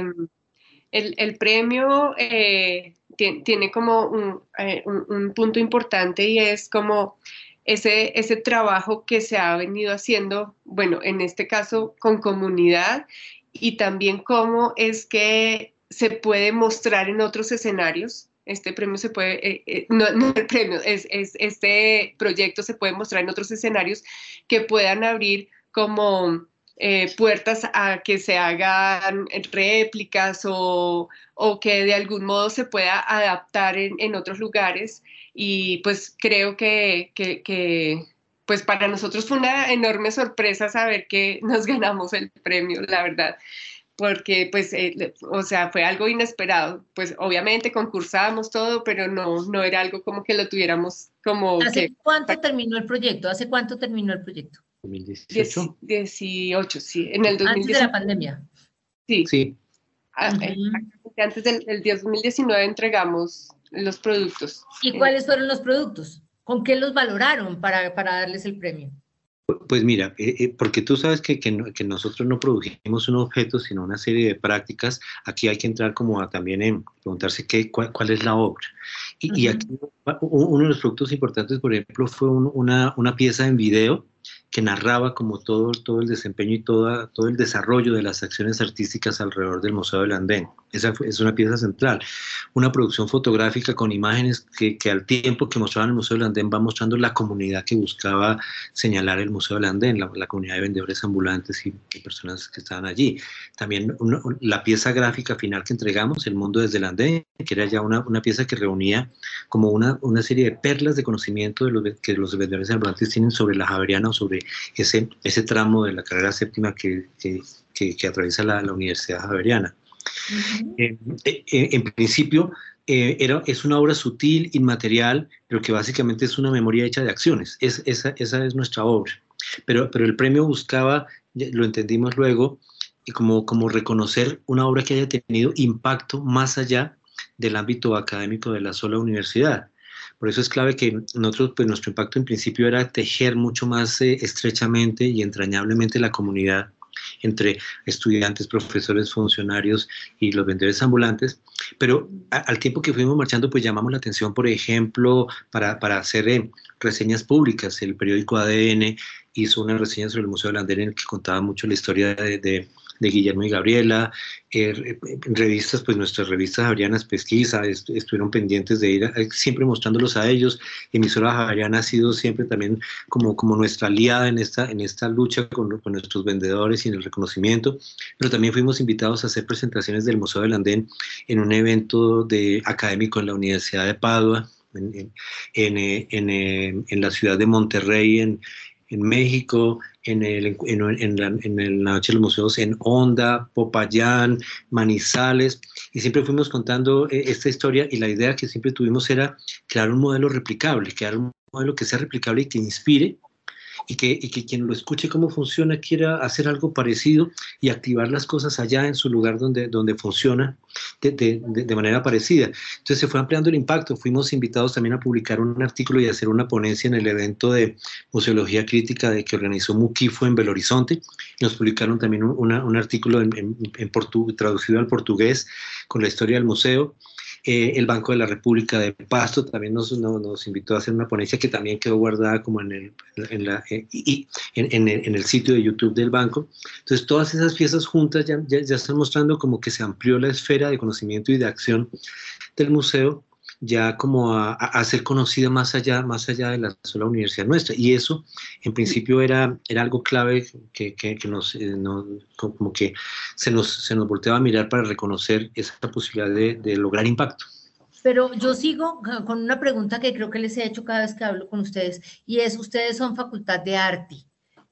el, el premio eh, tiene, tiene como un, eh, un, un punto importante y es como ese, ese trabajo que se ha venido haciendo, bueno, en este caso con comunidad, y también cómo es que se puede mostrar en otros escenarios. Este premio se puede, eh, eh, no, no el premio, es, es, este proyecto se puede mostrar en otros escenarios que puedan abrir como eh, puertas a que se hagan réplicas o, o que de algún modo se pueda adaptar en, en otros lugares. Y pues creo que, que, que pues para nosotros fue una enorme sorpresa saber que nos ganamos el premio, la verdad. Porque pues, eh, o sea, fue algo inesperado. Pues obviamente concursamos todo, pero no, no era algo como que lo tuviéramos como... ¿Hace que, cuánto terminó el proyecto? ¿Hace cuánto terminó el proyecto? dos mil dieciocho. dieciocho, sí, en el dos mil diecinueve. Antes de la pandemia. Sí. Sí. Ah, uh-huh. Antes del, del dos mil diecinueve entregamos los productos. ¿Y cuáles fueron los productos? ¿Con qué los valoraron para, para darles el premio? Pues mira, eh, eh, porque tú sabes que, que, no, que nosotros no produjimos un objeto, sino una serie de prácticas. Aquí hay que entrar como a también en preguntarse qué, cuál, cuál es la obra. Y, uh-huh. y aquí uno de los productos importantes, por ejemplo, fue un, una, una pieza en video que narraba como todo, todo el desempeño y toda, todo el desarrollo de las acciones artísticas alrededor del Museo del Andén. Esa fue, es una pieza central. Una producción fotográfica con imágenes que, que al tiempo que mostraban el Museo del Andén va mostrando la comunidad que buscaba señalar el Museo del Andén, la, la comunidad de vendedores ambulantes y, y personas que estaban allí. También una, la pieza gráfica final que entregamos, El Mundo desde el Andén, que era ya una, una pieza que reunía como una, una serie de perlas de conocimiento de los, que los vendedores ambulantes tienen sobre la Javeriana o sobre ese, ese tramo de la carrera séptima que, que, que, que atraviesa la, la Universidad Javeriana. Uh-huh. eh, eh, en principio eh, era, es una obra sutil, inmaterial, pero que básicamente es una memoria hecha de acciones. Es, esa, esa es nuestra obra. Pero, pero el premio buscaba, lo entendimos luego, y como, como reconocer una obra que haya tenido impacto más allá del ámbito académico de la sola universidad. Por eso es clave que nosotros, pues nuestro impacto en principio era tejer mucho más eh, estrechamente y entrañablemente la comunidad entre estudiantes, profesores, funcionarios y los vendedores ambulantes, pero a, al tiempo que fuimos marchando, pues llamamos la atención, por ejemplo, para, para hacer eh, reseñas públicas. El periódico A D N hizo una reseña sobre el Museo del Andén en el que contaba mucho la historia de, de de Guillermo y Gabriela. Eh, revistas, pues nuestras revistas javerianas Pesquisa est estuvieron pendientes de ir a, siempre mostrándolos a ellos. Emisora Javeriana ha sido siempre también como, como nuestra aliada en esta, en esta lucha con, con nuestros vendedores y en el reconocimiento, pero también fuimos invitados a hacer presentaciones del Museo del Andén en un evento de, académico en la Universidad de Padua, en, en, en, en, en la ciudad de Monterrey, en en México, en, el, en, en, la, en la Noche de los Museos en Honda, Popayán, Manizales, y siempre fuimos contando eh, esta historia, y la idea que siempre tuvimos era crear un modelo replicable, crear un modelo que sea replicable y que inspire, y que, y que quien lo escuche cómo funciona quiera hacer algo parecido y activar las cosas allá en su lugar donde, donde funciona de, de, de, de manera parecida. Entonces se fue ampliando el impacto. Fuimos invitados también a publicar un artículo y hacer una ponencia en el evento de Museología Crítica de que organizó Muquifo en Belo Horizonte. Nos publicaron también un, una, un artículo en, en, en portu, traducido al portugués con la historia del museo. Eh, el Banco de la República de Pasto también nos, nos, nos invitó a hacer una ponencia que también quedó guardada como en el, en, la, eh, y, en, en, el, en el sitio de YouTube del banco. Entonces todas esas piezas juntas ya, ya, ya están mostrando como que se amplió la esfera de conocimiento y de acción del museo, ya como a, a ser conocida más allá, más allá de la sola universidad nuestra. Y eso, en principio, era, era algo clave que, que, que nos, eh, nos, como que se nos, se nos volteaba a mirar para reconocer esa posibilidad de, de lograr impacto. Pero yo sigo con una pregunta que creo que les he hecho cada vez que hablo con ustedes, y es, ustedes son Facultad de Arte.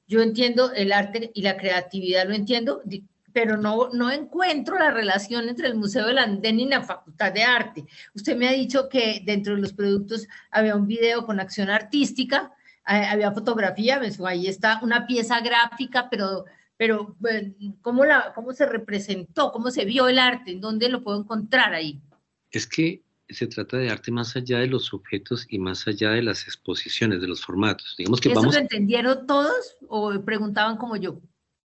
yo entiendo el arte y la creatividad, lo entiendo, pero no, no encuentro la relación entre el Museo del Andén y la Facultad de Arte. Usted me ha dicho que dentro de los productos había un video con acción artística, había fotografía, ahí está una pieza gráfica, pero, pero ¿cómo, la, ¿cómo se representó? ¿Cómo se vio el arte? ¿En dónde lo puedo encontrar ahí? Es que se trata de arte más allá de los objetos y más allá de las exposiciones, de los formatos. Digamos que ¿Eso vamos... lo entendieron todos o preguntaban como yo?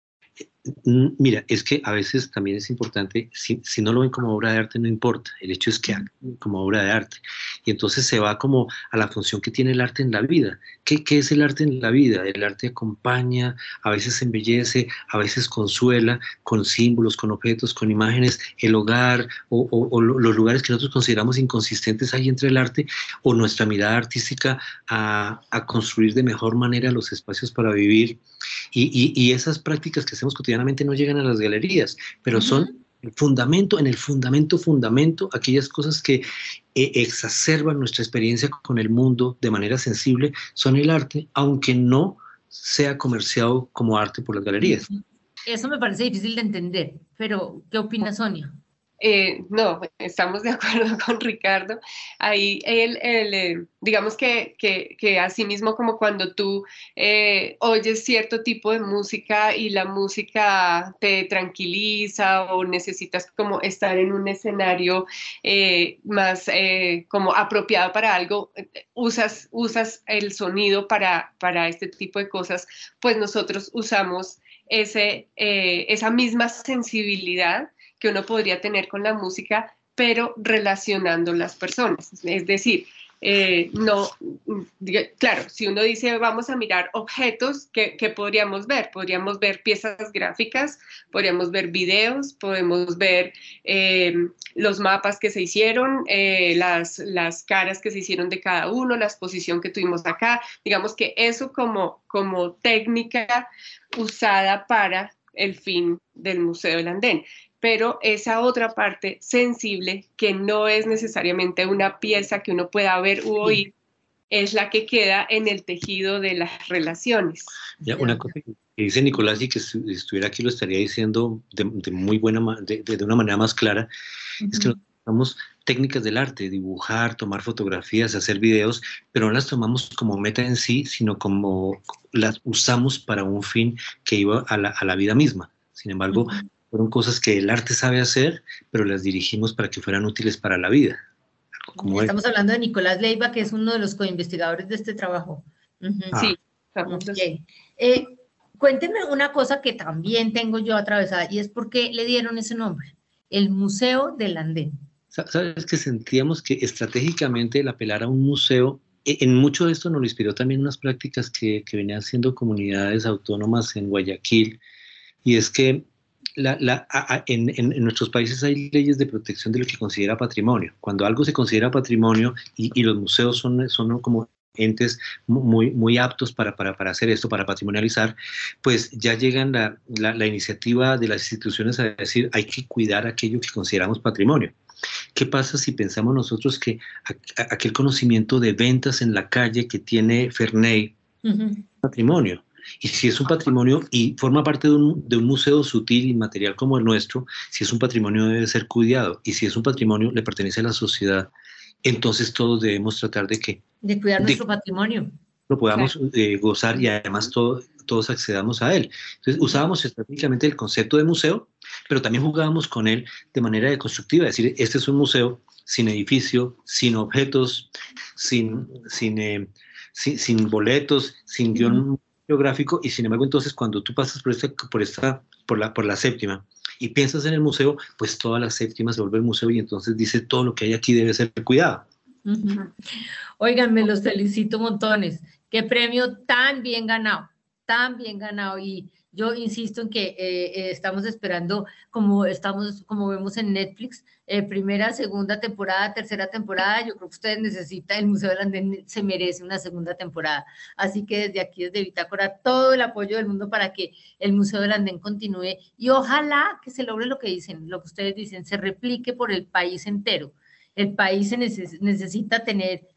Mira, es que a veces también es importante, si, si no lo ven como obra de arte, no importa, el hecho es que hagan como obra de arte. Y entonces se va como a la función que tiene el arte en la vida. ¿Qué, qué es el arte en la vida? El arte acompaña, a veces embellece, a veces consuela, con símbolos, con objetos, con imágenes, el hogar o, o, o los lugares que nosotros consideramos inconsistentes ahí entre el arte o nuestra mirada artística a, a construir de mejor manera los espacios para vivir. Y, y, y esas prácticas que hacemos cotidianamente no llegan a las galerías, pero uh-huh. son el fundamento, en el fundamento, fundamento, aquellas cosas que eh, exacerban nuestra experiencia con el mundo de manera sensible, son el arte, aunque no sea comerciado como arte por las galerías. Eso me parece difícil de entender, pero ¿qué opina Sonia? Eh, no, estamos de acuerdo con Ricardo. Ahí, el, el, eh, digamos que, que, que así mismo como cuando tú eh, oyes cierto tipo de música y la música te tranquiliza o necesitas como estar en un escenario eh, más eh, como apropiado para algo, usas, usas el sonido para, para este tipo de cosas, pues nosotros usamos ese, eh, esa misma sensibilidad que uno podría tener con la música, pero relacionando las personas. Es decir, eh, no, claro, si uno dice vamos a mirar objetos, ¿qué, qué podríamos ver? Podríamos ver piezas gráficas, podríamos ver videos, podemos ver eh, los mapas que se hicieron, eh, las, las caras que se hicieron de cada uno, la exposición que tuvimos acá. Digamos que eso como, como técnica usada para el fin del Museo del Andén. Pero esa otra parte sensible, que no es necesariamente una pieza que uno pueda ver u oír, es la que queda en el tejido de las relaciones. Ya, una cosa que dice Nicolás, y que si estuviera aquí lo estaría diciendo de, de muy buena, de, de una manera más clara, uh-huh. es que nosotros tomamos técnicas del arte, dibujar, tomar fotografías, hacer videos, pero no las tomamos como meta en sí, sino como las usamos para un fin que iba a la, a la vida misma. Sin embargo, uh-huh. fueron cosas que el arte sabe hacer, pero las dirigimos para que fueran útiles para la vida. Como Estamos el... hablando de Nicolás Leiva, que es uno de los coinvestigadores de este trabajo. Uh-huh. Ah. Sí. Okay. Eh, cuéntenme una cosa que también tengo yo atravesada, y es por qué le dieron ese nombre, el Museo del Andén. ¿Sabes que sentíamos que estratégicamente el apelar a un museo, en mucho de esto nos lo inspiró también unas prácticas que, que venían haciendo comunidades autónomas en Guayaquil, y es que La, la, a, en, en, en nuestros países hay leyes de protección de lo que considera patrimonio. Cuando algo se considera patrimonio y, y los museos son, son como entes muy, muy aptos para, para, para hacer esto, para patrimonializar, pues ya llegan la, la, la iniciativa de las instituciones a decir hay que cuidar aquello que consideramos patrimonio. ¿Qué pasa si pensamos nosotros que a, a, aquel conocimiento de ventas en la calle que tiene Ferney uh-huh. es patrimonio? Y si es un patrimonio y forma parte de un, de un museo sutil y material como el nuestro, si es un patrimonio debe ser cuidado, y si es un patrimonio le pertenece a la sociedad, entonces todos debemos tratar de que... De cuidar de nuestro patrimonio. Lo podamos claro. eh, gozar y además todo, todos accedamos a él. Entonces usábamos estratégicamente el concepto de museo, pero también jugábamos con él de manera constructiva, es decir, este es un museo sin edificio, sin objetos, sin, sin, eh, sin, sin boletos, sin guión... Uh-huh. geográfico, y sin embargo entonces cuando tú pasas por esta, por esta, por la, por la séptima y piensas en el museo, pues toda la séptima se vuelve el museo y entonces dice todo lo que hay aquí debe ser cuidado. Uh-huh. Oigan, me los felicito montones, qué premio tan bien ganado, tan bien ganado, y yo insisto en que eh, eh, estamos esperando, como estamos, como vemos en Netflix, eh, primera, segunda temporada, tercera temporada. Yo creo que ustedes necesitan, el Museo del Andén se merece una segunda temporada. Así que desde aquí, desde Bitácora, todo el apoyo del mundo para que el Museo del Andén continúe y ojalá que se logre lo que dicen, lo que ustedes dicen, se replique por el país entero. El país se neces- necesita tener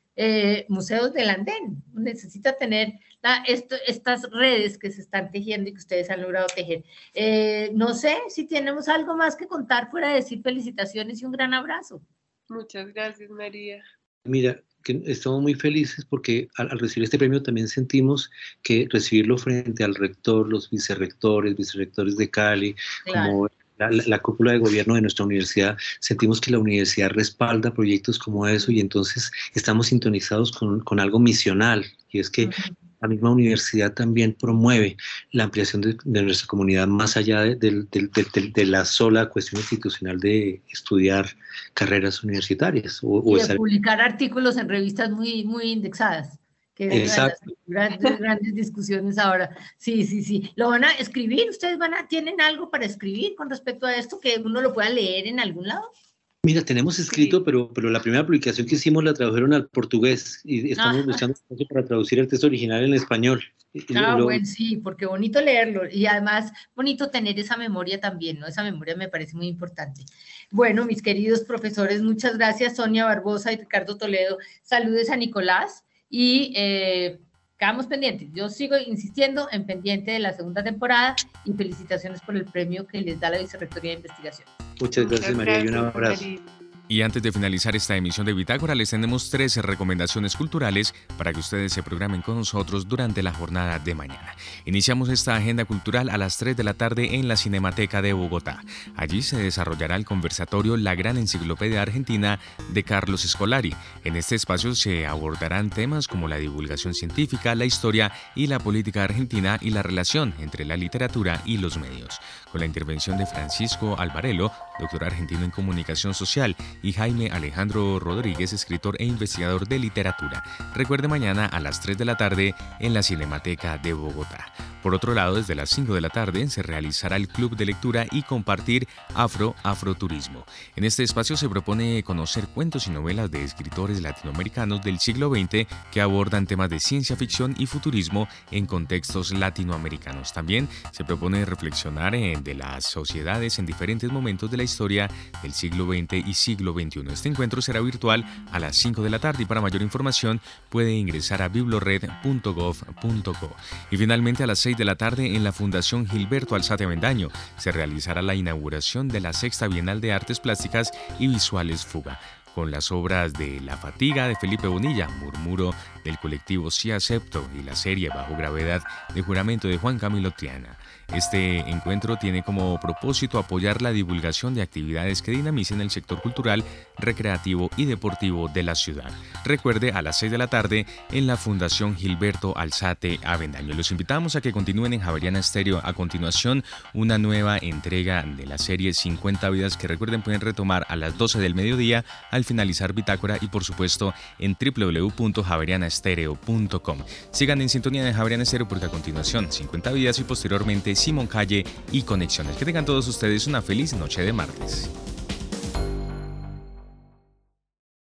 eh, museos del andén. Necesita tener la, esto, estas redes que se están tejiendo y que ustedes han logrado tejer. Eh, no sé si tenemos algo más que contar fuera de decir felicitaciones y un gran abrazo. Muchas gracias, María. Mira, que estamos muy felices porque al, al recibir este premio también sentimos que recibirlo frente al rector, los vicerrectores, vicerrectores de Cali, claro, como la, la, la cúpula de gobierno de nuestra universidad, sentimos que la universidad respalda proyectos como eso y entonces estamos sintonizados con, con algo misional, y es que uh-huh. la misma universidad también promueve la ampliación de, de nuestra comunidad más allá de, de, de, de, de, de la sola cuestión institucional de estudiar carreras universitarias. O, y o de esa... publicar artículos en revistas muy, muy indexadas. Que es una de las grandes, grandes discusiones ahora. Sí, sí, sí. ¿Lo van a escribir? ¿Ustedes van a, tienen algo para escribir con respecto a esto que uno lo pueda leer en algún lado? Mira, tenemos escrito, sí. pero, pero la primera publicación que hicimos la tradujeron al portugués y estamos Ajá. buscando espacio para traducir el texto original en español. Ah, lo... bueno, sí, porque bonito leerlo y además bonito tener esa memoria también, ¿no? Esa memoria me parece muy importante. Bueno, mis queridos profesores, muchas gracias, Sonia Barbosa y Ricardo Toledo. Saludes a Nicolás y eh, quedamos pendientes. Yo sigo insistiendo en pendiente de la segunda temporada y felicitaciones por el premio que les da la Vicerrectoría de Investigación. Muchas gracias, María, y un abrazo. Y antes de finalizar esta emisión de Bitácora, les tenemos tres recomendaciones culturales para que ustedes se programen con nosotros durante la jornada de mañana. Iniciamos esta agenda cultural a las tres de la tarde en la Cinemateca de Bogotá. Allí se desarrollará el conversatorio La Gran Enciclopedia Argentina de Carlos Scolari. En este espacio se abordarán temas como la divulgación científica, la historia y la política argentina y la relación entre la literatura y los medios. Con la intervención de Francisco Alvarelo, doctor argentino en comunicación social, y Jaime Alejandro Rodríguez, escritor e investigador de literatura. Recuerde mañana a las tres de la tarde en la Cinemateca de Bogotá. Por otro lado, desde las cinco de la tarde se realizará el Club de Lectura y Compartir Afro Afroturismo. En este espacio se propone conocer cuentos y novelas de escritores latinoamericanos del siglo veinte que abordan temas de ciencia ficción y futurismo en contextos latinoamericanos. También se propone reflexionar en, de las sociedades en diferentes momentos de la historia del siglo veinte y siglo veintiuno. Este encuentro será virtual a las cinco de la tarde y para mayor información puede ingresar a biblored punto gov punto co. Y finalmente a las seis de la tarde en la Fundación Gilberto Alzate Avendaño se realizará la inauguración de la sexta Bienal de Artes Plásticas y Visuales Fuga, con las obras de La Fatiga de Felipe Bonilla, Murmuro del colectivo Sí Acepto y la serie Bajo Gravedad de Juramento de Juan Camilo Triana. Este encuentro tiene como propósito apoyar la divulgación de actividades que dinamicen el sector cultural, recreativo y deportivo de la ciudad. Recuerde, a las seis de la tarde en la Fundación Gilberto Alzate Avendaño. Los invitamos a que continúen en Javeriana Estéreo. A continuación, una nueva entrega de la serie cincuenta vidas que recuerden pueden retomar a las doce del mediodía al finalizar Bitácora y por supuesto en doble u doble u doble u punto javeriana estéreo punto com. Sigan en sintonía de Javeriana Estéreo porque a continuación cincuenta vidas y posteriormente Simón Calle y Conexiones. Que tengan todos ustedes una feliz noche de martes.